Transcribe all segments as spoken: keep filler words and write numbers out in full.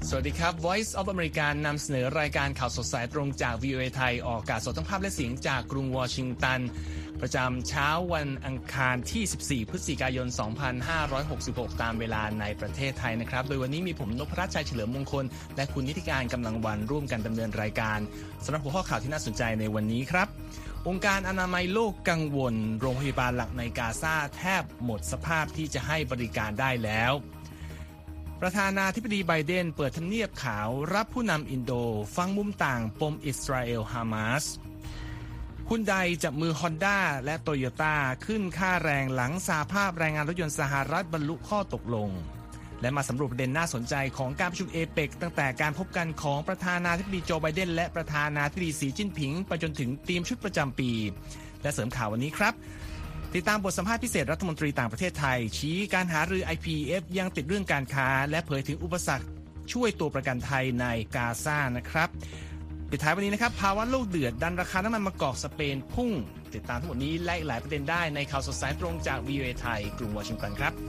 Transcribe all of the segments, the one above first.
สวัสดีครับ Voice of America นำเสนอรายการข่าวสดสายตรงจาก วี โอ เอ ไทยออกอากาศสดทั้งภาพและเสียงจากกรุงวอชิงตันประจำเช้าวันอังคารที่สิบสี่พฤศจิกายนสองพันห้าร้อยหกสิบหกตามเวลาในประเทศไทยนะครับโดยวันนี้มีผมนพรัตน์ชัยเฉลิมมงคลและคุณนิติการกำลังวันร่วมกันดำเนินรายการสำหรับหัวข้อข่าวที่น่าสนใจในวันนี้ครับองค์การอนามัยโลกกังวลโรงพยาบาลหลักในกาซาแทบหมดสภาพที่จะให้บริการได้แล้วประธานาธิบดีไบเดนเปิดทำเนียบขาวรับผู้นำอินโดฟังมุมต่างปมอิสราเอลฮามาสฮุนไดจับมือฮอนด้าและโตโยต้าขึ้นค่าแรงหลังสหภาพแรงงานรถยนต์สหรัฐบรรลุข้อตกลงและมาสำรวจประเด็นน่าสนใจของการประชุมเอเปกตั้งแต่การพบกันของประธานาธิบดีโจไบเดนและประธานาธิบดีสีจิ้นผิงไปจนถึงทีมชุดประจำปีและเสริมข่าววันนี้ครับติดตามบทสัมภาษณ์พิเศษรัฐมนตรีต่างประเทศไทยชี้การหารือ ไอ พี เอฟ ยังติดเรื่องการค้าและเผยถึงอุปสรรคช่วยตัวประกันไทยในกาซานะครับปิดท้ายวันนี้นะครับภาวะโลกเดือดดันราคาน้ำมันมะกอกสเปนพุ่งติดตามทั้งหมดนี้และหลายประเด็นได้ในข่าวสดสายตรงจาก วี โอ เอ ไทยกรุงวอชิงตันครับ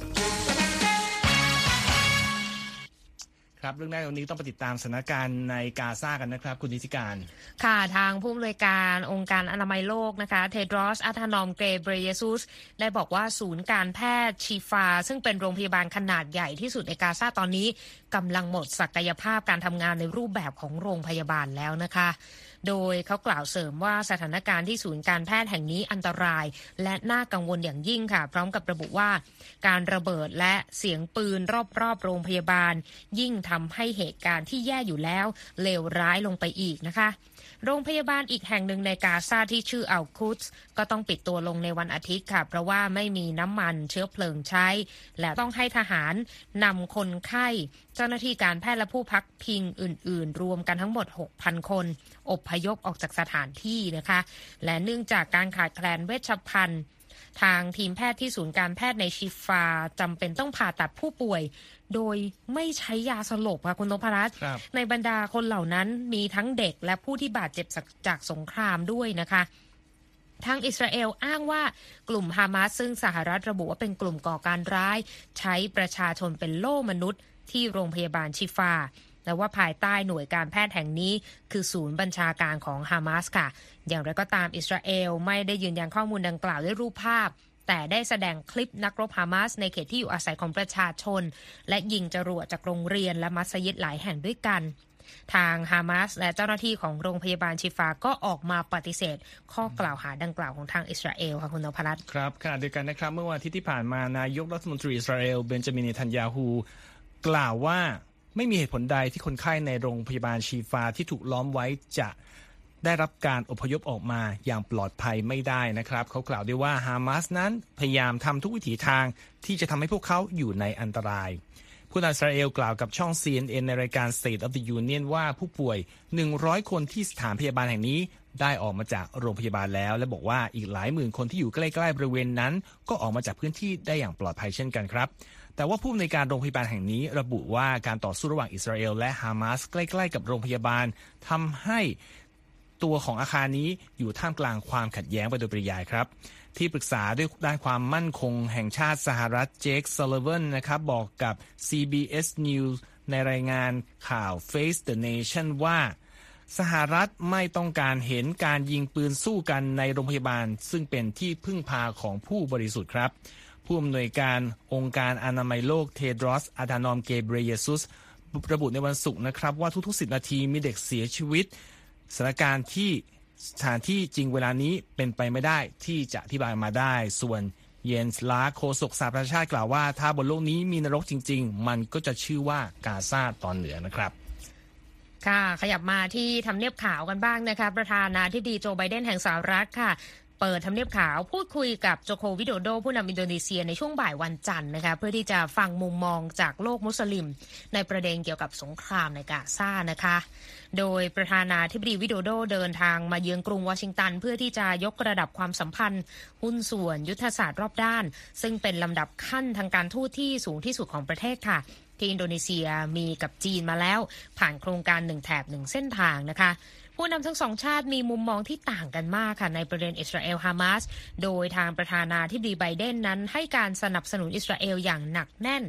ครับเรื่องแรกวันนี้ต้องไปติดตามสถานการณ์ในกาซากันนะครับคุณนิติการค่ะทางผู้อำนวยการองค์การอนามัยโลกนะคะเทดรอสอาธานอมเกเบรเยซุสได้บอกว่าศูนย์การแพทย์ชีฟาซึ่งเป็นโรงพยาบาลขนาดใหญ่ที่สุดในกาซาตอนนี้กำลังหมดศักยภาพการทำงานในรูปแบบของโรงพยาบาลแล้วนะคะโดยเขากล่าวเสริมว่าสถานการณ์ที่ศูนย์การแพทย์แห่งนี้อันตรายและน่ากังวลอย่างยิ่งค่ะพร้อมกับระบุว่าการระเบิดและเสียงปืนรอบๆโรงพยาบาลยิ่งทำให้เหตุการณ์ที่แย่อยู่แล้วเลวร้ายลงไปอีกนะคะโรงพยาบาลอีกแห่งหนึ่งในกาซาที่ชื่ออัลคุตส์ก็ต้องปิดตัวลงในวันอาทิตย์ค่ะเพราะว่าไม่มีน้ำมันเชื้อเพลิงใช้และต้องให้ทหารนำคนไข้เจ้าหน้าที่การแพทย์และผู้พักพิงอื่นๆรวมกันทั้งหมด หกพัน คนอพยพออกจากสถานที่นะคะและเนื่องจากการขาดแคลนเวชภัณฑ์ทางทีมแพทย์ที่ศูนย์การแพทย์ในชิฟาจำเป็นต้องผ่าตัดผู้ป่วยโดยไม่ใช้ยาสลบค่ะคุณนพรัตน์ในบรรดาคนเหล่านั้นมีทั้งเด็กและผู้ที่บาดเจ็บจากสงครามด้วยนะคะทางอิสราเอลอ้างว่ากลุ่มฮามาสซึ่งสหรัฐระบุว่าเป็นกลุ่มก่อการร้ายใช้ประชาชนเป็นโล่มนุษย์ที่โรงพยาบาลชิฟาและว่าภายใต้หน่วยการแพทย์แห่งนี้คือศูนย์บัญชาการของฮามาสค่ะอย่างไรก็ตามอิสราเอลไม่ได้ยืนยันข้อมูลดังกล่าวด้วยรูปภาพแต่ได้แสดงคลิปนักรบฮามาสในเขตที่อยู่อาศัยของประชาชนและยิงจรวดจากโรงเรียนและมัสยิดหลายแห่งด้วยกันทางฮามาสและเจ้าหน้าที่ของโรงพยาบาลชิฟาก็ออกมาปฏิเสธข้อกล่าวหาดังกล่าวของทางอิสราเอลค่ะคุณนพรัตน์ครับขณะเดียวกันนะครับเมื่อวันอาทิตย์ที่ผ่านมานายกรัฐมนตรีอิสราเอลเบนจามินเนทันยาฮูกล่าวว่าไม่มีเหตุผลใดที่คนไข้ในโรงพยาบาลชีฟาที่ถูกล้อมไว้จะได้รับการอพยพออกมาอย่างปลอดภัยไม่ได้นะครับเขากล่าวด้วยว่าฮามาสนั้นพยายามทำทุกวิถีทางที่จะทำให้พวกเขาอยู่ในอันตรายผู้นำอิสราเอลกล่าวกับช่อง ซี เอ็น เอ็น ในรายการ State of the Union ว่าผู้ป่วยหนึ่งร้อยคนที่สถานพยาบาลแห่งนี้ได้ออกมาจากโรงพยาบาลแล้วและบอกว่าอีกหลายหมื่นคนที่อยู่ใกล้ๆบริเวณนั้นก็ออกมาจากพื้นที่ได้อย่างปลอดภัยเช่นกันครับแต่ว่าผู้อำนวยการโรงพยาบาลแห่งนี้ระบุว่าการต่อสู้ระหว่างอิสราเอลและฮามาสใกล้ๆกับโรงพยาบาลทำให้ตัวของอาคารนี้อยู่ท่ามกลางความขัดแย้งไปโดยปริยายครับที่ปรึกษาด้วยด้านความมั่นคงแห่งชาติสหรัฐเจคซัลลิวันนะครับบอกกับ ซี บี เอส News ในรายงานข่าว Face the Nation ว่าสหรัฐไม่ต้องการเห็นการยิงปืนสู้กันในโรงพยาบาลซึ่งเป็นที่พึ่งพาของผู้บริสุทธิ์ครับผู้อำนวยการองค์การอนามัยโลกเทดรอสอาธานอมเกเบรเยซุสระบุในวันศุกร์นะครับว่าทุกๆสิบนาทีมีเด็กเสียชีวิตสถานการณ์ที่สถานที่จริงเวลานี้เป็นไปไม่ได้ที่จะอธิบายมาได้ส่วนเยนส์ลาโฆษกสหประชาชาติกล่าวว่าถ้าบนโลกนี้มีนรกจริงๆมันก็จะชื่อว่ากาซาตอนเหนือนะครับค่ะขยับมาที่ทำเนียบขาวกันบ้างนะคะประธานาธิบดีโจไบเดนแห่งสหรัฐค่ะเปิดทำเนียบขาวพูดคุยกับโจโควิโดโดผู้นำอินโดนีเซียในช่วงบ่ายวันจันทร์นะคะเพื่อที่จะฟังมุมมองจากโลกมุสลิมในประเด็นเกี่ยวกับสงครามในกาซานะคะโดยประธานาธิบดีวิโดโดเดินทางมาเยือนกรุงวอชิงตันเพื่อที่จะยกระดับความสัมพันธ์หุ้นส่วนยุทธศาสตร์รอบด้านซึ่งเป็นลำดับขั้นทางการทูตที่สูงที่สุดของประเทศค่ะที่อินโดนีเซียมีกับจีนมาแล้วผ่านโครงการหนึ่งแถบหนึ่งเส้นทางนะคะผู้นำทั้งสองชาติมีมุมมองที่ต่างกันมากค่ะในประเด็นอิสราเอลฮามาสโดยทางประธานาธิบดีไบเดนนั้นให้การสนับสนุนอิสราเอลอย่างหนักแน่น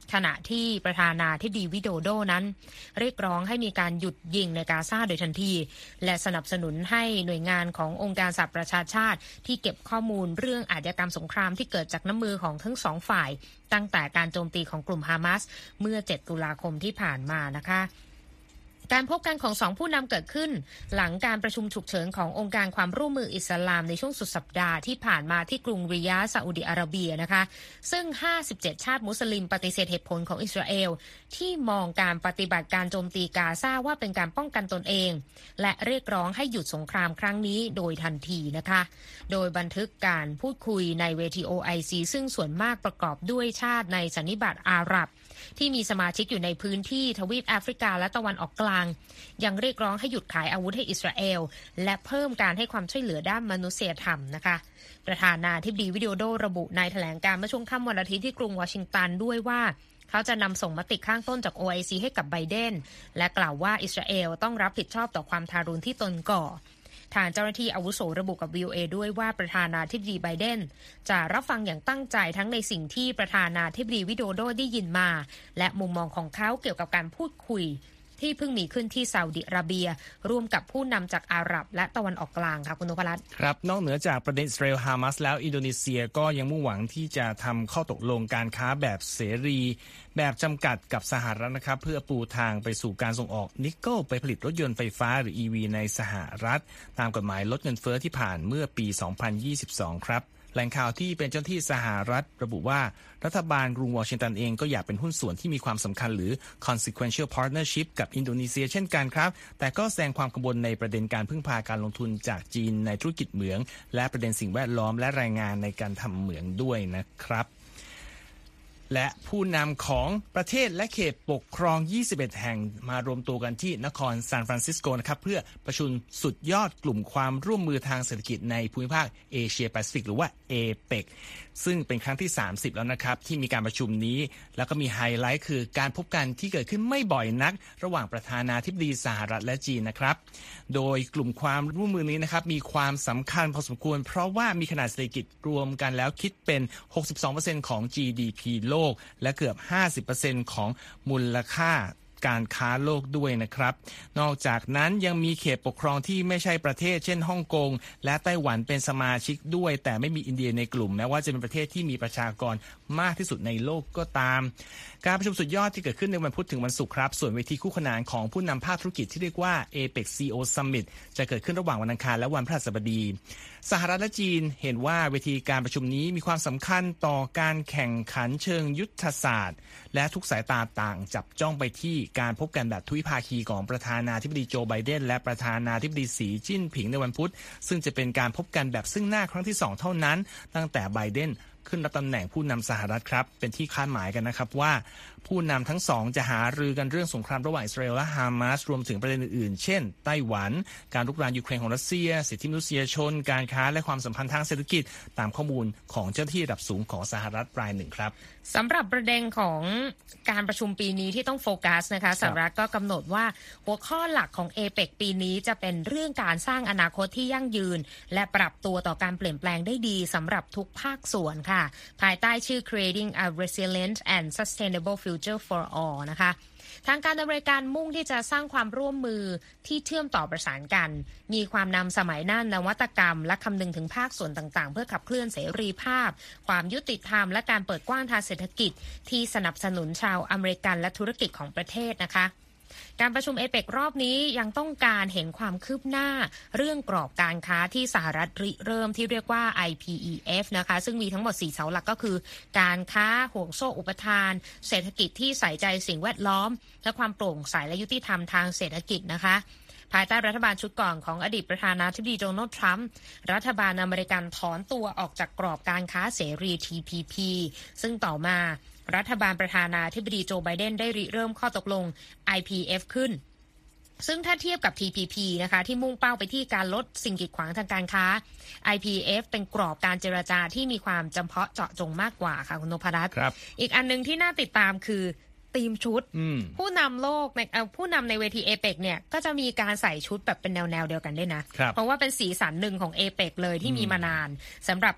ขณะที่ประธานาธิบดีวิโดโดนั้นเรียกร้องให้มีการหยุดยิงในกาซาโดยทันทีและสนับสนุนให้หน่วยงานขององค์การสหประชาชาติที่เก็บข้อมูลเรื่องอาชญากรรมสงครามที่เกิดจากน้ำมือของทั้งสองฝ่ายตั้งแต่การโจมตีของกลุ่มฮามาสเมื่อเจ็ดตุลาคมที่ผ่านมานะคะการพบกันของสองผู้นำเกิดขึ้นหลังการประชุมฉุกเฉินขององค์การความร่วมมืออิสลามในช่วงสุดสัปดาห์ที่ผ่านมาที่กรุงริยาดซาอุดิอาระเบียนะคะซึ่งห้าสิบเจ็ดชาติมุสลิมปฏิเสธเหตุผลของอิสราเอลที่มองการปฏิบัติการโจมตีกาซาว่าเป็นการป้องกันตนเองและเรียกร้องให้หยุดสงครามครั้งนี้โดยทันทีนะคะโดยบันทึกการพูดคุยในเวที โอ ไอ ซี ซึ่งส่วนมากประกอบด้วยชาติในสันนิบาตอาหรับที่มีสมาชิกอยู่ในพื้นที่ทวีปแอฟริกาและตะวันออกกลางยังเรียกร้องให้หยุดขายอาวุธให้อิสราเอลและเพิ่มการให้ความช่วยเหลือด้านมนุษยธรรมนะคะประธานาธิบดีวิโดโดระบุในแถลงการเมื่อช่วงค่ำวันอาทิตย์ที่กรุงวอชิงตันด้วยว่าเขาจะนำส่งมติข้างต้นจาก โอ ไอ ซี ให้กับไบเดนและกล่าวว่าอิสราเอลต้องรับผิดชอบต่อความทารุณที่ตนก่อทางเจ้าหน้าที่อาวุโสระบุกับ วี โอ เอ ด้วยว่าประธานาธิบดีไบเดนจะรับฟังอย่างตั้งใจทั้งในสิ่งที่ประธานาธิบดีวิโดโดได้ยินมาและมุมมองของเขาเกี่ยวกับการพูดคุยที่เพิ่งมีขึ้นที่ซาอุดิอาระเบียร่วมกับผู้นำจากอาหรับและตะวันออกกลางค่ะคุณนพรัตน์ครับนอกเหนือจากประเด็นอิสราเอลฮามาสแล้วอินโดนีเซียก็ยังมุ่งหวังที่จะทำข้อตกลงการค้าแบบเสรีแบบจำกัดกับสหรัฐนะครับเพื่อปูทางไปสู่การส่งออกนิกเกิลไปผลิตรถยนต์ไฟฟ้าหรือ อี วี ในสหรัฐตามกฎหมายลดเงินเฟ้อที่ผ่านเมื่อปีสองพันยี่สิบสองครับแหล่งข่าวที่เป็นเจ้าหน้าที่สหรัฐระบุว่ารัฐบาลกรุงวอชิงตันเองก็อยากเป็นหุ้นส่วนที่มีความสำคัญหรือ consequential partnership กับอินโดนีเซียเช่นกันครับแต่ก็แสดงความกังวลในประเด็นการพึ่งพาการลงทุนจากจีนในธุรกิจเหมืองและประเด็นสิ่งแวดล้อมและแรงงานในการทำเหมืองด้วยนะครับและผู้นำของประเทศและเขตปกครองยี่สิบเอ็ดแห่งมารวมตัวกันที่นครซานฟรานซิสโกนะครับเพื่อประชุมสุดยอดกลุ่มความร่วมมือทางเศรษฐกิจในภูมิภาคเอเชียแปซิฟิกหรือว่า เอ เปค ซึ่งเป็นครั้งที่สามสิบแล้วนะครับที่มีการประชุมนี้แล้วก็มีไฮไลท์คือการพบกันที่เกิดขึ้นไม่บ่อยนักระหว่างประธานาธิบดีสหรัฐและจีนนะครับโดยกลุ่มความร่วมมือนี้นะครับมีความสำคัญพอสมควรเพราะว่ามีขนาดเศรษฐกิจรวมกันแล้วคิดเป็น หกสิบสองเปอร์เซ็นต์ ของ จี ดี พี โลกและเกือบ ห้าสิบเปอร์เซ็นต์ ของมูลค่าการค้าโลกด้วยนะครับนอกจากนั้นยังมีเขตปกครองที่ไม่ใช่ประเทศเช่นฮ่องกงและไต้หวันเป็นสมาชิกด้วยแต่ไม่มีอินเดียในกลุ่มแม้ว่าจะเป็นประเทศที่มีประชากรมากที่สุดในโลกก็ตามการประชุมสุดยอดที่เกิดขึ้นในวันพุธถึงวันศุกร์ครับส่วนเวทีคู่ขนานของผู้นำภาคธุรกิจที่เรียกว่า เอ เปค ซี อี โอ Summit จะเกิดขึ้นระหว่างวันอังคารและวันพฤหัสบดีสหรัฐและจีนเห็นว่าเวทีการประชุมนี้มีความสำคัญต่อการแข่งขันเชิงยุทธศาสตร์และทุกสายตาต่างจับจ้องไปที่การพบกันแบบทวิภาคีของประธานาธิบดีโจไบเดนและประธานาธิบดีสีจิ้นผิงในวันพุธซึ่งจะเป็นการพบกันแบบซึ่งหน้าครั้งที่สองเท่านั้นตั้งแต่ไบเดนขึ้นรับตำแหน่งผู้นำสหรัฐครับเป็นที่คาดหมายกันนะครับว่าผู้นำทั้งสองจะหารือกันเรื่องสงครามระหว่างอิสราเอลและฮามาสรวมถึงประเด็นอื่นๆเช่นไต้หวันการรุกรานยูเครนของรัสเซียสิทธิมนุษยชนการค้าและความสัมพันธ์ทางเศรษฐกิจตามข้อมูลของเจ้าหน้าที่ระดับสูงของสหรัฐรายหนึ่งครับสำหรับประเด็นของการประชุมปีนี้ที่ต้องโฟกัสนะคะสหรัฐก็กำหนดว่าหัวข้อหลักของ เอ เปค ปีนี้จะเป็นเรื่องการสร้างอนาคตที่ยั่งยืนและปรับตัวต่อการเปลี่ยนแปลงได้ดีสำหรับทุกภาคส่วนค่ะภายใต้ชื่อ Creating a Resilient and Sustainable Future for All นะคะทางการดำเนินการมุ่งที่จะสร้างความร่วมมือที่เชื่อมต่อประสานกันมีความนำสมัยหน้านวัตกรรมและคำนึงถึงภาคส่วนต่างๆเพื่อขับเคลื่อนเสรีภาพความยุติธรรมและการเปิดกว้างทางเศรษฐกิจที่สนับสนุนชาวอเมริกันและธุรกิจของประเทศนะคะการประชุม เอ เปค รอบนี้ยังต้องการเห็นความคืบหน้าเรื่องกรอบการค้าที่สหรัฐริเริ่มที่เรียกว่า ไอ พี อี เอฟ นะคะซึ่งมีทั้งหมดสี่เสาหลักก็คือการค้าห่วงโซ่อุปทานเศรษฐกิจที่ใส่ใจสิ่งแวดล้อมและความโปร่งใสและยุติธรรมทางเศรษฐกิจนะคะภายใต้รัฐบาลชุดก่อนของอดีตประธานาธิบดีโดนัลด์ทรัมป์รัฐบาลอเมริกันถอนตัวออกจากกรอบการค้าเสรี ที พี พี ซึ่งต่อมารัฐบาลประธานาธิบดีโจไบเดนได้ริเริ่มข้อตกลง ไอ พี เอฟ ขึ้นซึ่งถ้าเทียบกับ ที พี พี นะคะที่มุ่งเป้าไปที่การลดสิ่งกีดขวางทางการค้า ไอ พี เอฟ เป็นกรอบการเจรจาที่มีความจำเพาะเจาะจงมากกว่าค่ะคุณนพรัตน์อีกอันนึงที่น่าติดตามคือธีมชุดผู้นำโลกในผู้นำในเวที เอ เปค เนี่ยก็จะมีการใส่ชุดแบบเป็นแนวแนวเดียวกันด้วยนะเพราะว่าเป็นสีสันหนึ่งของ เอ เปค เลยที่มีมานานสำหรับ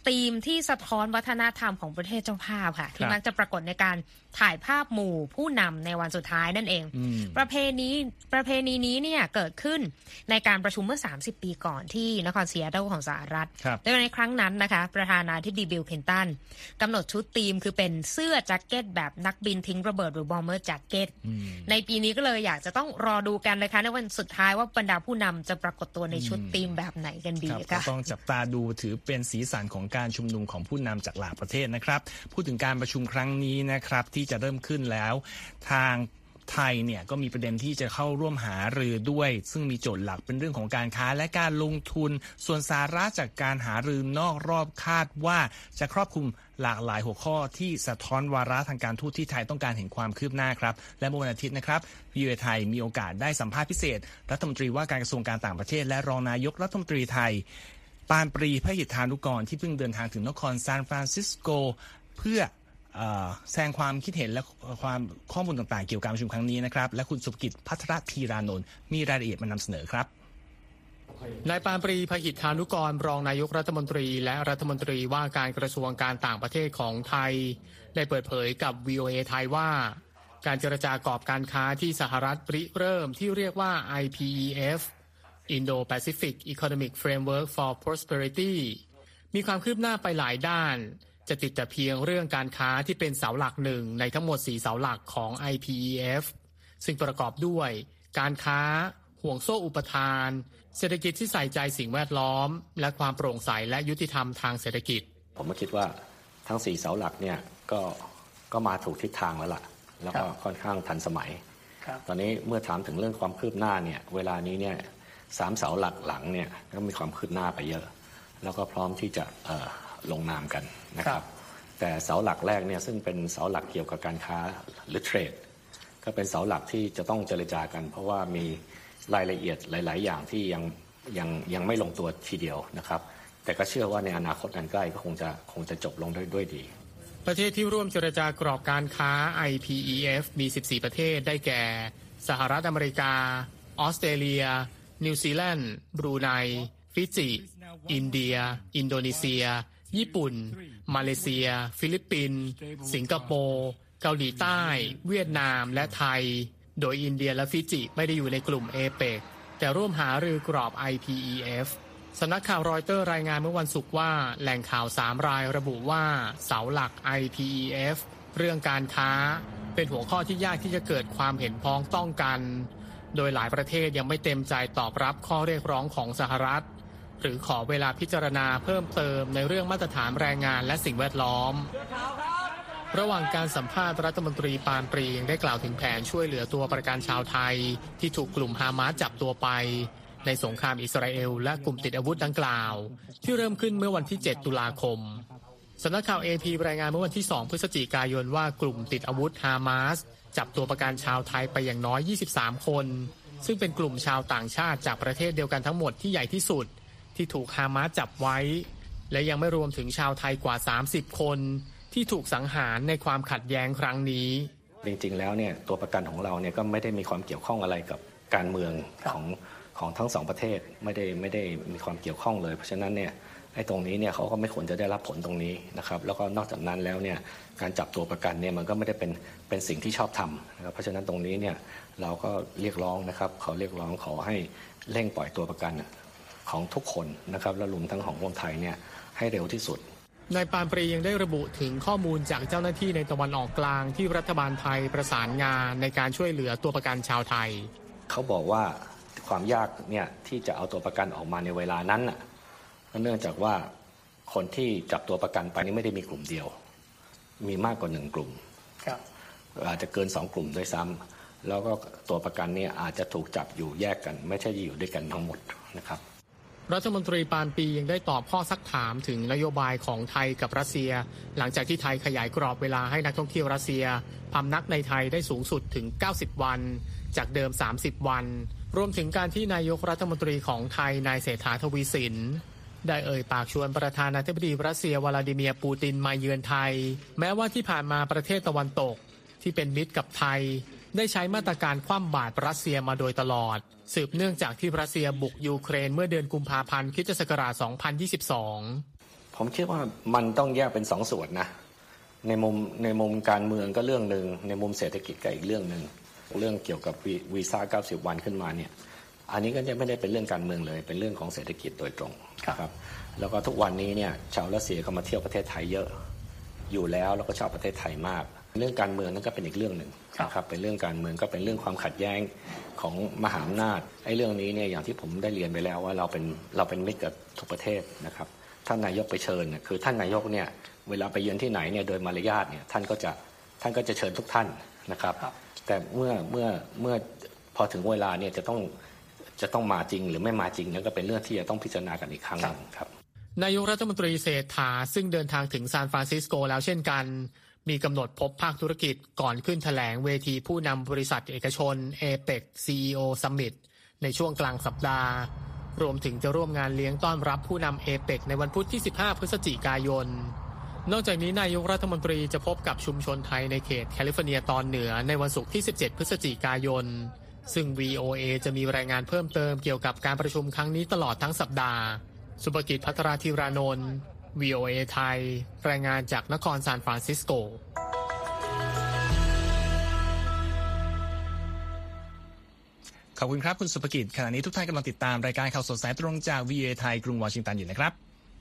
ธีมที่สะท้อนวัฒนธรรมของประเทศเจ้าภาพค่ะที่มักจะปรากฏในการถ่ายภาพหมู่ผู้นำในวันสุดท้ายนั่นเองประเพณีประเพณีนี้เนี่ยเกิดขึ้นในการประชุมเมื่อสามสิบปีก่อนที่นครซีแอตเทิลของสหรัฐโดยในครั้งนั้นนะคะประธานาธิบดีบิล คลินตันกำหนดชุดธีมคือเป็นเสื้อแจ็คเก็ตแบบนักบินทิ้งระเบิดหรือบอมเบอร์แจ็คเก็ตในปีนี้ก็เลยอยากจะต้องรอดูกันนะคะในวันสุดท้ายว่าบรรดาผู้นำจะปรากฏตัวในชุดธีมแบบไหนกันดีค่ะต้องจับตาดูถือเป็นสีสันของการชุมนุมของผู้นำจากหลายประเทศนะครับพูดถึงการประชุมครั้งนี้นะครับที่จะเริ่มขึ้นแล้วทางไทยเนี่ยก็มีประเด็นที่จะเข้าร่วมหารือด้วยซึ่งมีโจทย์หลักเป็นเรื่องของการค้าและการลงทุนส่วนสาระจากการหารือนอกรอบคาดว่าจะครอบคลุมหลากหลายหัวข้อที่สะท้อนวาระทางการทูตที่ไทยต้องการเห็นความคืบหน้าครับและเมื่อวันอาทิตย์นะครับ วี โอ เอ ไทยมีโอกาสได้สัมภาษณ์พิเศษรัฐมนตรีว่าการกระทรวงการต่างประเทศและรองนายกรัฐมนตรีไทยปานปรีพหิทธานุกรที่เพิ่งเดินทางถึงนครซานฟรานซิสโกเพื่อแสดงความคิดเห็นและความข้อมูลต่างๆเกี่ยวกับการประชุมครั้งนี้นะครับและคุณสุภกิจภัทรธีรานนท์มีรายละเอียดมานำเสนอครับนายปานปรีพหิทธานุกรรองนายกรัฐมนตรีและรัฐมนตรีว่าการกระทรวงการต่างประเทศของไทยได้เปิดเผยกับ วี โอ เอ ไทยว่าการเจรจากรอบการค้าที่สหรัฐริเริ่มที่เรียกว่า ไอ พี อี เอฟ Indo-Pacific Economic Framework for Prosperity มีความคืบหน้าไปหลายด้านจะติดแต่เพียงเรื่องการค้าที่เป็นเสาหลักหนึ่งในทั้งหมดสี่เสาหลักของ ไอ พี อี เอฟ ซึ่งประกอบด้วยการค้าห่วงโซ่อุปทานเศรษฐกิจที่ใส่ใจสิ่งแวดล้อมและความโปร่งใสและยุติธรรมทางเศรษฐกิจผมก็คิดว่าทั้งสี่เสาหลักเนี่ยก็ก็มาถูกทิศทางแล้วล่ะแล้วก็ค่อนข้างทันสมัยตอนนี้เมื่อถามถึงเรื่องความคืบหน้าเนี่ยเวลานี้เนี่ยสามเสาหลักหลังเนี่ยก็มีความคืบหน้าไปเยอะแล้วก็พร้อมที่จะเอ่อลงนามกันนะครับแต่เสาหลักแรกเนี่ยซึ่งเป็นเสาหลักเกี่ยวกับการค้าหรือเทรดก็เป็นเสาหลักที่จะต้องเจรจากันเพราะว่ามีรายละเอียดหลายๆอย่างที่ยังยังยังไม่ลงตัวทีเดียวนะครับแต่ก็เชื่อว่าในอนาคตอันใกล้ก็คงจะคงจะจบลงได้ด้วยดีประเทศที่ร่วมเจรจากรอบการค้า ไอ พี อี เอฟ มีสิบสี่ประเทศได้แก่สหรัฐอเมริกาออสเตรเลียนิวซีแลนด์บรูไนฟิจิอินเดียอินโดนีเซียญี่ปุ่นมาเลเซียฟิลิปปินส์สิงคโปร์เกาหลีใต้เวียดนามและไทยโดยอินเดียและฟิจิไม่ได้อยู่ในกลุ่ม เอ เปก แต่ร่วมหารือกรอบ ไอ พี อี เอฟ สำนักข่าวรอยเตอร์รายงานเมื่อวันศุกร์ว่าแหล่งข่าวสามรายระบุว่าเสาหลัก ไอ พี อี เอฟ เรื่องการค้าเป็นหัวข้อที่ยากที่จะเกิดความเห็นพ้องต้องกันโดยหลายประเทศยังไม่เต็มใจตอบรับข้อเรียกร้องของสหรัฐหรือขอเวลาพิจารณาเพิ่มเติมในเรื่องมาตรฐานแรงงานและสิ่งแวดล้อมระหว่างการสัมภาษณ์รัฐมนตรีปานปรียังได้กล่าวถึงแผนช่วยเหลือตัวประกันชาวไทยที่ถูกกลุ่มฮามาสจับตัวไปในสงครามอิสราเอลและกลุ่มติดอาวุธดังกล่าวที่เริ่มขึ้นเมื่อวันที่เจ็ดตุลาคมสำนักข่าว เอ พี รายงานเมื่อวันที่สองพฤศจิกายนว่ากลุ่มติดอาวุธฮามาสจับตัวประกันชาวไทยไปอย่างน้อยยี่สิบสามคนซึ่งเป็นกลุ่มชาวต่างชาติจากประเทศเดียวกันทั้งหมดที่ใหญ่ที่สุดที่ถูกฮามาสจับไว้และยังไม่รวมถึงชาวไทยกว่าสามสิบคนที่ถูกสังหารในความขัดแย้งครั้งนี้จริงๆแล้วเนี่ยตัวประกันของเราเนี่ยก็ไม่ได้มีความเกี่ยวข้องอะไรกับการเมืองของของทั้งสองประเทศไม่ได้ไม่ได้มีความเกี่ยวข้องเลยเพราะฉะนั้นเนี่ยไอ้ตรงนี้เนี่ยเขาก็ไม่ควรจะได้รับผลตรงนี้นะครับแล้วก็นอกจากนั้นแล้วเนี่ยการจับตัวประกันเนี่ยมันก็ไม่ได้เป็นเป็นสิ่งที่ชอบทำนะครับเพราะฉะนั้นตรงนี้เนี่ยเราก็เรียกร้องนะครับเขาเรียกร้องขอให้เร่งปล่อยตัวประกันของทุกคนนะครับและรวมทั้งของคนไทยเนี่ยให้เร็วที่สุดนายปานปรียังได้ระบุถึงข้อมูลจากเจ้าหน้าที่ในตะวันออกกลางที่รัฐบาลไทยประสานงานในการช่วยเหลือตัวประกันชาวไทยเขาบอกว่าความยากเนี่ยที่จะเอาตัวประกันออกมาในเวลานั้นน่ะเนื่องจากว่าคนที่จับตัวประกันไปนี่ไม่ได้มีกลุ่มเดียวมีมากกว่าหนึ่งกลุ่มอาจจะเกินสองกลุ่มด้วยซ้ำแล้วก็ตัวประกันเนี่ยอาจจะถูกจับอยู่แยกกันไม่ใช่อยู่ด้วยกันทั้งหมดนะครับรัฐมนตรีปานปรียังได้ตอบข้อซักถามถึงนโยบายของไทยกับรัสเซียหลังจากที่ไทยขยายกรอบเวลาให้นักท่องเที่ยวรัสเซียพำนักในไทยได้สูงสุดถึงเก้าสิบวันจากเดิมสามสิบวันรวมถึงการที่นายกรัฐมนตรีของไทยนายเศรษฐาทวีสินได้เอ่ยปากชวนประธานาธิบดีรัสเซียวลาดิเมียร์ปูตินมาเยือนไทยแม้ว่าที่ผ่านมาประเทศตะวันตกที่เป็นมิตรกับไทยได้ใช้มาตรการคว่ำบาตรรัสเซียมาโดยตลอดสืบเนื่องจากที่รัสเซียบุกยูเครนเมื่อเดือนกุมภาพันธ์คริสตศักราชสองพันยี่สิบสองผมคิดว่ามันต้องแยกเป็นสองส่วนนะในมุมในมุมการเมืองก็เรื่องนึงในมุมเศรษฐกิจก็อีกเรื่องนึงเรื่องเกี่ยวกับวีซ่าเก้าสิบวันขึ้นมาเนี่ยอันนี้ก็จะไม่ได้เป็นเรื่องการเมืองเลยเป็นเรื่องของเศรษฐกิจโดยตรงครับแล้วก็ทุกวันนี้เนี่ยชาวรัสเซียก็มาเที่ยวประเทศไทยเยอะอยู่แล้วแล้วก็ชอบประเทศไทยมากเรื่องการเมืองนั่นก็เป็นอีกเรื่องหนึ่งนะครับเป็นเรื่องการเมืองก็เป็นเรื่องความขัดแย้งของมหาอำนาจไอ้เรื่องนี้เนี่ยอย่างที่ผมได้เรียนไปแล้วว่าเราเป็นเราเป็นมิตรกับทุกประเทศนะครับท่านนายกไปเชิญเนี่ยคือท่านนายกเนี่ยเวลาไปเยือนที่ไหนเนี่ยโดยมารยาทเนี่ยท่านก็จะท่านก็จะเชิญทุกท่านนะครับแต่เมื่อเมื่อเมื่อพอถึงเวลาเนี่ยจะต้องจะต้องมาจริงหรือไม่มาจริงนั่นก็เป็นเรื่องที่จะต้องพิจารณากันอีกครั้งนึงครับนายกรัฐมนตรีเศรษฐาซึ่งเดินทางถึงซานฟรานซิสโกแล้วเช่นกันมีกำหนดพบภาคธุรกิจก่อนขึ้นแถลงเวทีผู้นำบริษัทเอกชน เอ เปค ซี อี โอ Summit ในช่วงกลางสัปดาห์รวมถึงจะร่วมงานเลี้ยงต้อนรับผู้นำ เอ เปค ในวันพุธที่สิบห้าพฤศจิกายนนอกจากนี้นายกรัฐมนตรีจะพบกับชุมชนไทยในเขตแคลิฟอร์เนียตอนเหนือในวันศุกร์ที่สิบเจ็ดพฤศจิกายนซึ่ง วี โอ เอ จะมีรายงานเพิ่มเติมเกี่ยวกับการประชุมครั้งนี้ตลอดทั้งสัปดาห์สุภกิจ ภัทราธีรานนท์ วี โอ เอ ไทยรายงานจากนครซานฟรานซิสโกขอบคุณครับคุณสุภกิจขณะนี้ทุกท่านกำลังติดตามรายการข่าวสดสายตรงจาก วี โอ เอ ไทยกรุงวอชิงตันอยู่นะครับ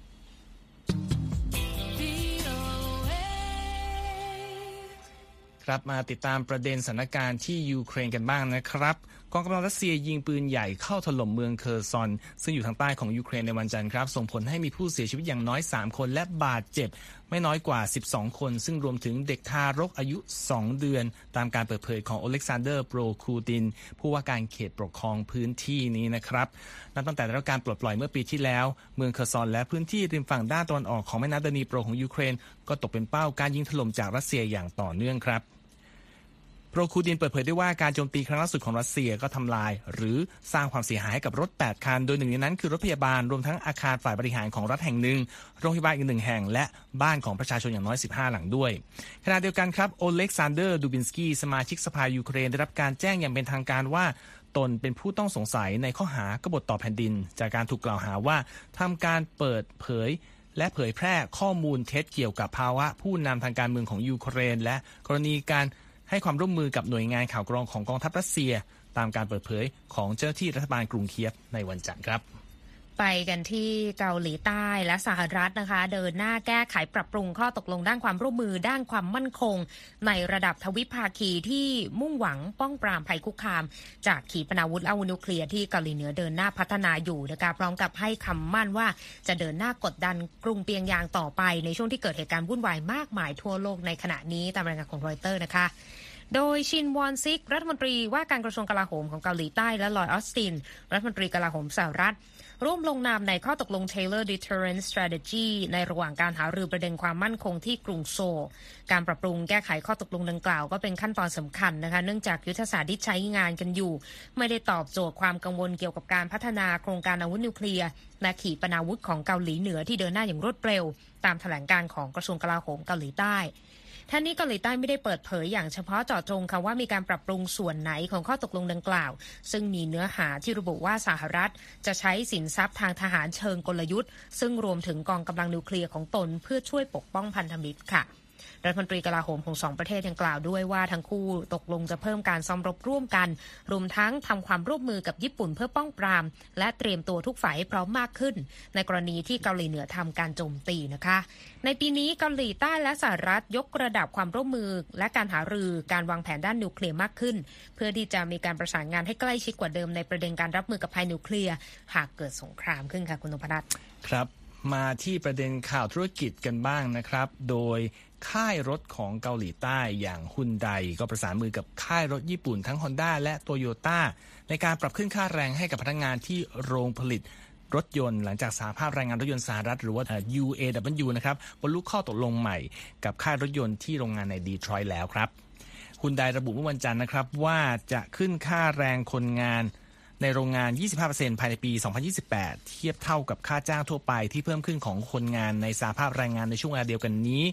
ครับมาติดตามประเด็นสถานการณ์ที่ยูเครนกันบ้างนะครับกองกำลังรัสเซียยิงปืนใหญ่เข้าถล่มเมืองเคอร์ซอนซึ่งอยู่ทางใต้ของยูเครนในวันจันทร์ครับส่งผลให้มีผู้เสียชีวิตอย่างน้อยสามคนและบาดเจ็บไม่น้อยกว่าสิบสองคนซึ่งรวมถึงเด็กทารกอายุสองเดือนตามการเปิดเผยของโอเล็กซานเดอร์โปรคูตินผู้ว่าการเขตปกครองพื้นที่นี้นะครับนับตั้งแต่ได้รับการปลดปล่อยเมื่อปีที่แล้วเมืองเคอร์ซอนและพื้นที่ริมฝั่งด้านตะวันออกของแม่น้ำดานีโปรของยูเครนก็ตกเป็นเป้าการยิงถล่มจากรัสเซียอย่างต่อเนื่องครับโปรคูดินเปิดเผยได้ว่าการโจมตีครั้งล่าสุดของรัสเซียก็ทำลายหรือสร้างความเสียหายให้กับรถแปดคันโดยหนึ่งในนั้นคือรถพยาบาลรวมทั้งอาคารฝ่ายบริหารของรัฐแห่งหนึ่งโรงพยาบาลอีกหนึ่งแห่งและบ้านของประชาชนอย่างน้อยสิบห้าหลังด้วยขณะเดียวกันครับโอเล็กซานเดอร์ดูบินสกี้สมาชิกสภายูเครนได้รับการแจ้งอย่างเป็นทางการว่าตนเป็นผู้ต้องสงสัยในข้อหากบฏต่อแผ่นดินจากการถูกกล่าวหาว่าทำการเปิดเผยและเผยแพร่ข้อมูลเท็จเกี่ยวกับภาวะผู้นำทางการเมืองของยูเครนและกรณีการให้ความร่วมมือกับหน่วยงานข่าวกรองของกองทัพรัสเซียตามการเปิดเผยของเจ้าหน้าที่รัฐบาลกรุงเคียฟในวันจันทร์ครับไปกันที่เกาหลีใต้และสหรัฐนะคะเดินหน้าแก้ไขปรับปรุงข้อตกลงด้านความร่วมมือด้านความมั่นคงในระดับทวิภาคีที่มุ่งหวังป้องปรามภัยคุกคามจากขีปนาวุธอาวุธนิวเคลียร์ที่เกาหลีเหนือเดินหน้าพัฒนาอยู่นะคะพร้อมกับให้คำมั่นว่าจะเดินหน้ากดดันกรุงเปียงยางต่อไปในช่วงที่เกิดเหตุการณ์วุ่นวายมากมายทั่วโลกในขณะนี้ตามรายงานของรอยเตอร์นะคะโดยชินวอนซิกรัฐมนตรีว่าการกระทรวงกลาโหมของเกาหลีใต้และลอยออสตินรัฐมนตรีกลาโหมสหรัฐร่วมลงนามในข้อตกลง Taylor Deterrence Strategy ในระหว่างการหารือประเด็นความมั่นคงที่กรุงโซลการปรับปรุงแก้ไขข้อตกลงดังกล่าวก็เป็นขั้นตอนสำคัญนะคะเนื่องจากยุทธศาสตร์ที่ใช้งานกันอยู่ไม่ได้ตอบโจทย์ความกังวลเกี่ยวกับการพัฒนาโครงการอาวุธนิวเคลียร์และขีปนาวุธของเกาหลีเหนือที่เดินหน้าอย่างรวดเร็วตามแถลงการของกระทรวงกลาโหมเกาหลีใต้ท่านนี้เกาหลีใต้ไม่ได้เปิดเผยอย่างเฉพาะเจาะจงค่ะว่ามีการปรับปรุงส่วนไหนของข้อตกลงดังกล่าวซึ่งมีเนื้อหาที่ระบุว่าสหรัฐจะใช้สินทรัพย์ทางทหารเชิงกลยุทธ์ซึ่งรวมถึงกองกำลังนิวเคลียร์ของตนเพื่อช่วยปกป้องพันธมิตรค่ะรัฐมนตรีกลาโหมของสองประเทศยังกล่าวด้วยว่าทั้งคู่ตกลงจะเพิ่มการซ้อมรบร่วมกันรวมทั้งทำความร่วมมือกับญี่ปุ่นเพื่อป้องปรามและเตรียมตัวทุกฝ่ายให้พร้อมมากขึ้นในกรณีที่เกาหลีเหนือทำการโจมตีนะคะในปีนี้เกาหลีใต้และสหรัฐยกระดับความร่วมมือและการหารือการวางแผนด้านนิวเคลียร์มากขึ้นเพื่อที่จะมีการประสานงานให้ใกล้ชิดกว่าเดิมในประเด็นการรับมือกับภัยนิวเคลียร์หากเกิดสงครามขึ้นค่ะคุณนพรัตน์ครับมาที่ประเด็นข่าวธุรกิจกันบ้างนะครับโดยค่ายรถของเกาหลีใต้อย่างฮุนไดก็ประสานมือกับค่ายรถญี่ปุ่นทั้ง Honda และ Toyota ในการปรับขึ้นค่าแรงให้กับพนักงานที่โรงผลิตรถยนต์หลังจากสหภาพแรงงานรถยนต์สหรัฐหรือว่า ยู เอ ดับเบิลยู นะครับบรรลุข้อตกลงใหม่กับค่ายรถยนต์ที่โรงงานในดีทรอยต์แล้วครับฮุนไดระบุเมื่อวันจันทร์นะครับว่าจะขึ้นค่าแรงคนงานในโรงงาน ยี่สิบห้าเปอร์เซ็นต์ ภายในปี สองพันยี่สิบแปด เทียบเท่ากับค่าจ้างทั่วไปที่เพิ่มขึ้นของคนงานในสหภาพแรงงานในช่วงเวลาเดียวกันนี้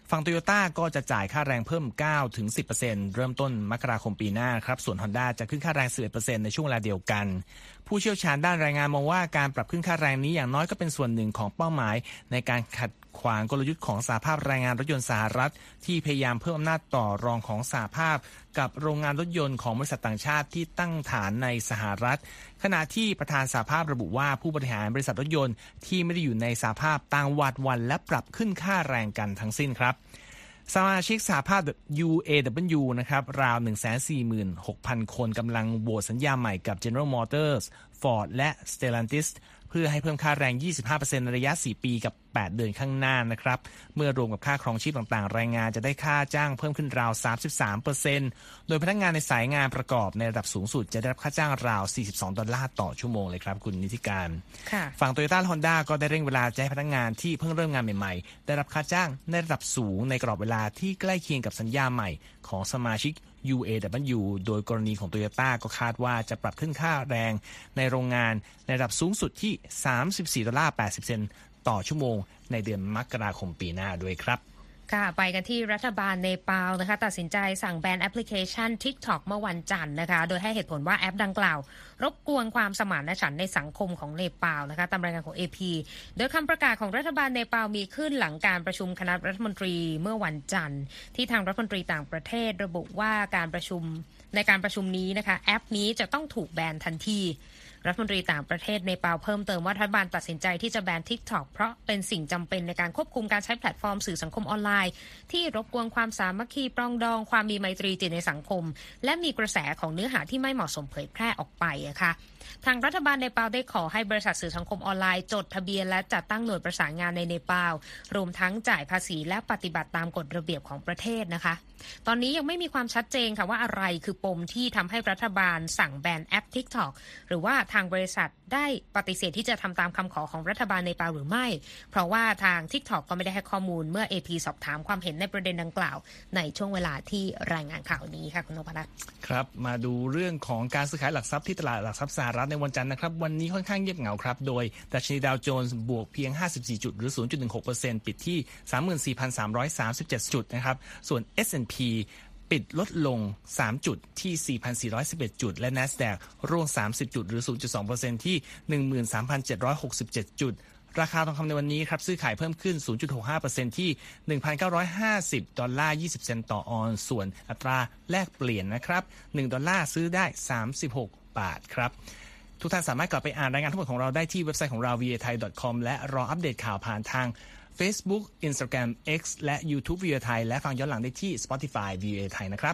ฝั่ง Toyota ก็จะจ่ายค่าแรงเพิ่ม เก้าถึงสิบเปอร์เซ็นต์ เริ่มต้นมกราคมปีหน้าครับส่วน Honda จะขึ้นค่าแรง สิบเอ็ดเปอร์เซ็นต์ ในช่วงเวลาเดียวกันผู้เชี่ยวชาญด้านแรงงานมองว่าการปรับขึ้นค่าแรงนี้อย่างน้อยก็เป็นส่วนหนึ่งของเป้าหมายในการขัดขวางกลยุทธ์ของสหภาพแรงงานรถยนต์สหรัฐที่พยายามเพิ่มอำนาจต่อรองของสหภาพกับโรงงานรถยนต์ของบริษัทต่างชาติที่ตั้งฐานในสหรัฐขณะที่ประธานสหภาพระบุว่าผู้บริหารบริษัทรถยนต์ที่ไม่ได้อยู่ในสหภาพต่างหวาดหวั่นและปรับขึ้นค่าแรงกันทั้งสิ้นครับสมาชิกสหภาพ ยู เอ ดับเบิลยู นะครับราว หนึ่งแสนสี่หมื่นหกพัน คนกำลังโหวตสัญญาใหม่กับ General Motors Ford และ Stellantis เพื่อให้เพิ่มค่าแรง ยี่สิบห้าเปอร์เซ็นต์ ในระยะสี่ปีกับแปดเดือนข้างหน้านะครับเมื่อรวมกับค่าครองชีพต่างๆแรงงานจะได้ค่าจ้างเพิ่มขึ้นราว สามสิบสามเปอร์เซ็นต์ โดยพนักงานในสายงานประกอบในระดับสูงสุดจะได้รับค่าจ้างราว สี่สิบสองดอลลาร์ต่อชั่วโมงเลยครับคุณนิติการฝั่ง Toyota และ Honda ก็ได้เร่งเวลาจะให้พนักงานที่เพิ่งเริ่มงานใหม่ๆได้รับค่าจ้างในระดับสูงในกรอบเวลาที่ใกล้เคียงกับสัญญาใหม่ของสมาชิก ยู เอ ดับเบิลยู โดยกรณีของ Toyota ก็คาดว่าจะปรับขึ้นค่าแรงในโรงงานในระดับสูงสุดที่ สามสิบสี่ดอลลาร์แปดสิบเซนต์ต่อชั่วโมงในเดือนมกราคมปีหน้าด้วยครับค่ะไปกันที่รัฐบาลเนปาลนะคะตัดสินใจสั่งแบนแอปพลิเคชัน TikTok เมื่อวันจันทร์นะคะโดยให้เหตุผลว่าแอปดังกล่าวรบกวนความสมานฉันท์ในสังคมของเนปาลนะคะตามรายงานของ เอ พี โดยคำประกาศของรัฐบาลเนปาลมีขึ้นหลังการประชุมคณะรัฐมนตรีเมื่อวันจันทร์ที่ทางรัฐมนตรีต่างประเทศระบุว่าการประชุมในการประชุมนี้นะคะแอปนี้จะต้องถูกแบนทันทีรัฐมนตรีต่างประเทศเนปาลเพิ่มเติมว่ารัฐบาลตัดสินใจที่จะแบน TikTok เพราะเป็นสิ่งจำเป็นในการควบคุมการใช้แพลตฟอร์มสื่อสังคมออนไลน์ที่รบกวนความสามัคคีปรองดองความมีไมตรีจิตในสังคมและมีกระแสของเนื้อหาที่ไม่เหมาะสมเผยแพร่ออกไปอะค่ะทางรัฐบาลเนปาลได้ขอให้บริษัทสื่อสังคมออนไลน์จดทะเบียนและจัดตั้งหน่วยประสานงานในเนปาลรวมทั้งจ่ายภาษีและปฏิบัติตามกฎระเบียบของประเทศนะคะตอนนี้ยังไม่มีความชัดเจนค่ะว่าอะไรคือปมที่ทำให้รัฐบาลสั่งแบนแอป TikTok หรือว่าทางบริษัทได้ปฏิเสธที่จะทำตามคำขอของรัฐบาลเนปาลหรือไม่เพราะว่าทาง TikTok ก็ไม่ได้ให้ข้อมูลเมื่อ เอ พี สอบถามความเห็นในประเด็นดังกล่าวในช่วงเวลาที่รายงานข่าวนี้ค่ะคุณนพรัตน์ครับมาดูเรื่องของการซื้อขายหลักทรัพย์ที่ตลาดหลักทรัพย์สหรัฐในวันจันทร์นะครับวันนี้ค่อนข้างเงียบเหงาครับโดยดัชนีดาวโจนส์บวกเพียงห้าสิบสี่จุดหรือ ศูนย์จุดหนึ่งหกเปอร์เซ็นต์ ปิดที่ สามหมื่นสี่พันสามร้อยสามสิบเจ็ด จุดนะครับส่วน เอส แอนด์ พี ปิดลดลงสามจุดที่ สี่พันสี่ร้อยสิบเอ็ด จุดและ NASDAQ ร่วงสามสิบจุดหรือ ศูนย์จุดสองเปอร์เซ็นต์ ที่ หนึ่งหมื่นสามพันเจ็ดร้อยหกสิบเจ็ด จุดราคาทองคำในวันนี้ครับซื้อขายเพิ่มขึ้น ศูนย์จุดหกห้าเปอร์เซ็นต์ ที่ หนึ่งพันเก้าร้อยห้าสิบดอลลาร์ยี่สิบเซนต์ต่อออนซ์ส่วนอัตราแลกเปลี่ยนนะครับหนึ่งดอลลาร์ซื้อได้สามสิบหกบาทครับทุกท่านสามารถกลับไปอ่านรายงานทั้งหมดของเราได้ที่เว็บไซต์ของเรา วี เอ ไทย ดอท คอม และรออัปเดตข่าวผ่านทาง Facebook Instagram X และ YouTube วี เอ ไทยและฟังย้อนหลังได้ที่ Spotify วี เอ ไทยนะครับ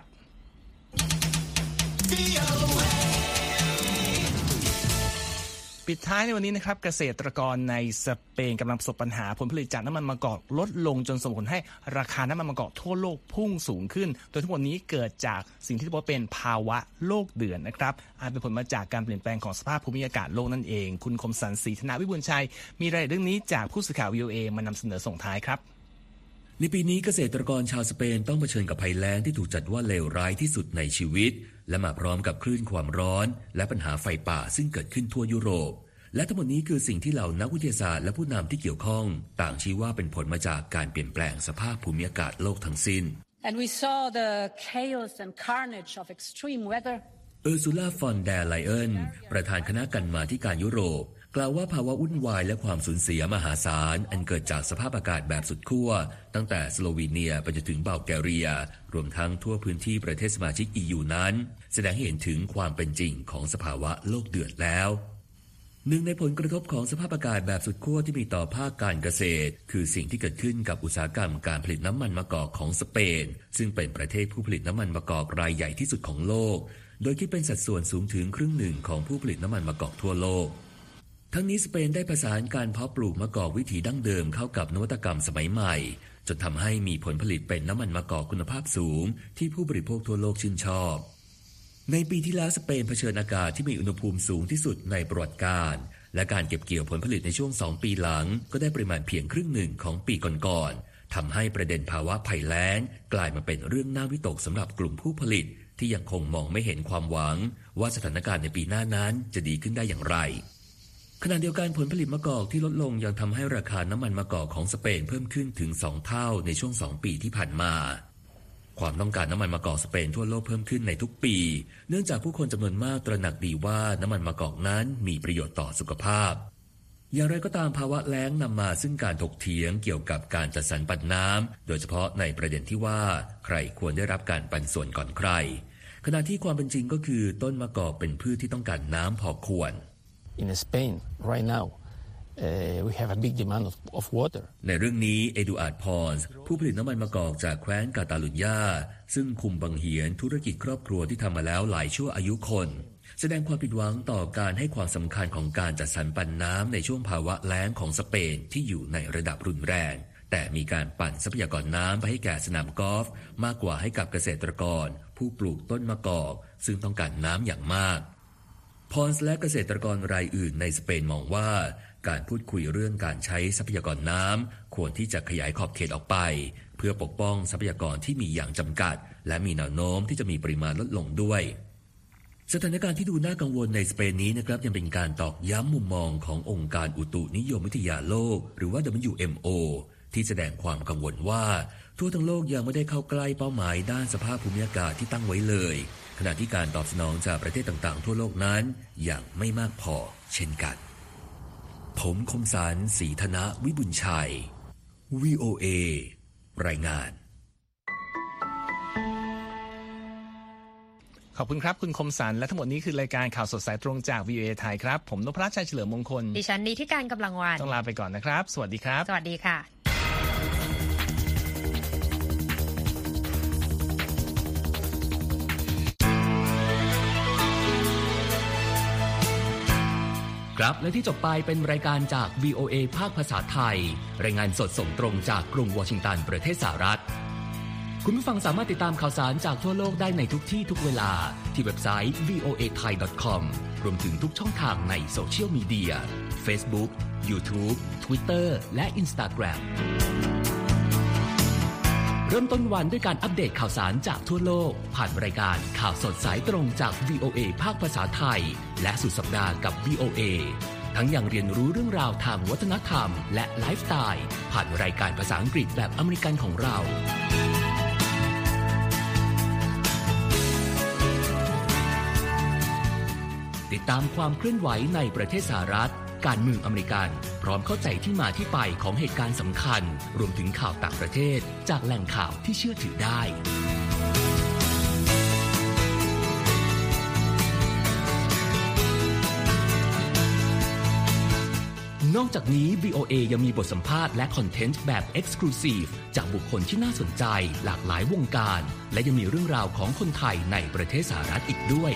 ปิดท้ายในวันนี้นะครับเกษตรกรในสเปนกำลังประสบปัญหาผลผลิตจากน้ำมันมะกอกลดลงจนส่งผลให้ราคาน้ำมันมะกอกทั่วโลกพุ่งสูงขึ้นโดยทั้งหมดนี้เกิดจากสิ่งที่เรียกว่าเป็นภาวะโลกเดือดนะครับอาจเป็นผลมาจากการเปลี่ยนแปลงของสภาพภูมิอากาศโลกนั่นเองคุณคมสันต์ศรีธนวิบูลย์ชัยมีรายละเอียดเรื่องนี้จากผู้สื่อข่าว วี โอ เอ มานำเสนอส่งท้ายครับในปีนี้เกษตรกรชาวสเปนต้องเผชิญกับภัยแล้งที่ถูกจัดว่าเลวร้ายที่สุดในชีวิตและมาพร้อมกับคลื่นความร้อนและปัญหาไฟป่าซึ่งเกิดขึ้นทั่วยุโรปและทั้งหมดนี้คือสิ่งที่เหล่านักวิทยาศาสตร์และผู้นำที่เกี่ยวข้องต่างชี้ว่าเป็นผลมาจากการเปลี่ยนแปลงสภาพภูมิอากาศโลกทั้งสิ้น And we saw the chaos and carnage of extreme weather. เออร์ซูล่า ฟอนเดอร์ไลเอนประธานคณะกรรมาธิการยุโรปกล่าวว่าภาวะวุ่นวายและความสูญเสียมหาศาลอันเกิดจากสภาพอากาศแบบสุดขั้วตั้งแต่สโลวีเนียไปจนถึงบัลแกเรียรวมทั้งทั่วพื้นที่ประเทศสมาชิก อี ยู นั้นแสดงให้เห็นถึงความเป็นจริงของสภาวะโลกเดือดแล้วหนึ่งในผลกระทบของสภาพอากาศแบบสุดขั้วที่มีต่อภาคการเกษตรคือสิ่งที่เกิดขึ้นกับอุตสาหกรรมการผลิตน้ำมันมะกอกของสเปนซึ่งเป็นประเทศผู้ผลิตน้ำมันมะกอกรายใหญ่ที่สุดของโลกโดยคิดเป็นสัดส่วนสูงถึงครึ่งหนึ่งของผู้ผลิตน้ำมันมะกอกทั่วโลกทั้งนี้สเปนได้ผสานการเพาะปลูกมะกอกวิถีดั้งเดิมเข้ากับนวัตกรรมสมัยใหม่จนทำให้มีผลผลิตเป็นน้ำมันมะกอกคุณภาพสูงที่ผู้บริโภคทั่วโลกชื่นชอบในปีที่แล้วสเปนเผชิญอากาศที่มีอุณหภูมิสูงที่สุดในประวัติการและการเก็บเกี่ยวผลผลิตในช่วงสองปีหลังก็ได้ปริมาณเพียงครึ่งหนึ่งของปีก่อนๆทำให้ประเด็นภาวะภัยแล้งกลายมาเป็นเรื่องน่าวิตกสำหรับกลุ่มผู้ผลิตที่ยังคงมองไม่เห็นความหวังว่าสถานการณ์ในปีหน้านั้นจะดีขึ้นได้อย่างไรขณะเดียวกันผลผลิตมะกอกที่ลดลงยังทำให้ราคาน้ำมันมะกอกของสเปนเพิ่มขึ้นถึงสองเท่าในช่วงสองปีที่ผ่านมาความต้องการน้ำมันมะกอกสเปนทั่วโลกเพิ่มขึ้นในทุกปีเนื่องจากผู้คนจำนวนมากตระหนักดีว่าน้ำมันมะกอกนั้นมีประโยชน์ต่อสุขภาพอย่างไรก็ตามภาวะแล้งนำมาซึ่งการถกเถียงเกี่ยวกับการจัดสรรปันน้ำโดยเฉพาะในประเด็นที่ว่าใครควรได้รับการปันส่วนก่อนใครขณะที่ความเป็นจริงก็คือต้นมะกอกเป็นพืชที่ต้องการน้ำพอควร In Spain right now Uh, we have a big demand of, of water. ในเรื่องนี้เอดูอาร์ด พอนส์ผู้ผลิตน้ำมันมะกอกจากแคว้นกาตาลุญญาซึ่งคุมบังเหียนธุรกิจครอบครัวที่ทำมาแล้วหลายชั่วอายุคนแสดงความผิดหวังต่อการให้ความสำคัญของการจัดสรรปันน้ำในช่วงภาวะแล้งของสเปนที่อยู่ในระดับรุนแรงแต่มีการปั่นทรัพยากรน้ำไปให้แก่สนามกอล์ฟมากกว่าให้กับเกษตรกรผู้ปลูกต้นมะกอกซึ่งต้องการน้ำอย่างมากพอนส์และเกษตรกรรายอื่นในสเปนมองว่าการพูดคุยเรื่องการใช้ทรัพยากรน้ำควรที่จะขยายขอบเขตออกไปเพื่อปกป้องทรัพยากรที่มีอย่างจำกัดและมีแนวโน้มที่จะมีปริมาณลดลงด้วยสถานการณ์ที่ดูน่ากังวลในสเปนนี้นะครับยังเป็นการตอกย้ำมุมมองขององค์การอุตุนิยมวิทยาโลกหรือว่า ดับเบิลยู เอ็ม โอ ที่แสดงความกังวลว่าทั่วทั้งโลกยังไม่ได้เข้าใกล้เป้าหมายด้านสภาพภูมิอากาศที่ตั้งไว้เลยขณะที่การตอบสนองจากประเทศต่างๆทั่วโลกนั้นยังไม่มากพอเช่นกันผมคมสารศรีธนวิบุญชัย วี โอ เอ รายงานขอบคุณครับคุณคมสันและทั้งหมดนี้คือรายการข่าวสดสายตรงจาก วี โอ เอ ไทยครับผมนพรัตน์ชัยเฉลิมมงคลดิฉันนิธิการกำลังวานต้องลาไปก่อนนะครับสวัสดีครับสวัสดีค่ะครับและที่จบไปเป็นรายการจาก วี โอ เอ ภาคภาษาไทยรายงานสดส่งตรงจากกรุงวอชิงตันประเทศสหรัฐคุณผู้ฟังสามารถติดตามข่าวสารจากทั่วโลกได้ในทุกที่ทุกเวลาที่เว็บไซต์ วี โอ เอ ไทย ดอท คอม รวมถึงทุกช่องทางในโซเชียลมีเดีย Facebook YouTube Twitter และ Instagram เริ่มต้นวันด้วยการอัปเดตข่าวสารจากทั่วโลกผ่านรายการข่าวสดสายตรงจาก วี โอ เอ ภาคภาษาไทยและสุดสัปดาห์กับ วี โอ เอ ทั้งยังเรียนรู้เรื่องราวทางวัฒนธรรมและไลฟ์สไตล์ผ่านรายการภาษาอังกฤษแบบอเมริกันของเราติดตามความเคลื่อนไหวในประเทศสหรัฐการเมืองอเมริกันพร้อมเข้าใจที่มาที่ไปของเหตุการณ์สำคัญรวมถึงข่าวต่างประเทศจากแหล่งข่าวที่เชื่อถือได้นอกจากนี้ วี โอ เอ ยังมีบทสัมภาษณ์และคอนเทนต์แบบ Exclusive จากบุคคลที่น่าสนใจหลากหลายวงการและยังมีเรื่องราวของคนไทยในประเทศสหรัฐอีกด้วย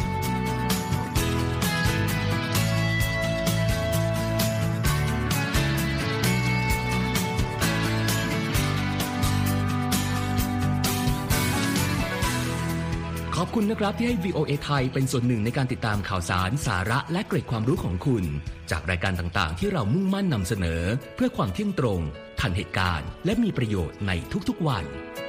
ขอบคุณนะครับที่ให้ วี โอ เอ ไทยเป็นส่วนหนึ่งในการติดตามข่าวสารสาระและเกร็ดความรู้ของคุณจากรายการต่างๆที่เรามุ่งมั่นนำเสนอเพื่อความเที่ยงตรงทันเหตุการณ์และมีประโยชน์ในทุกๆวัน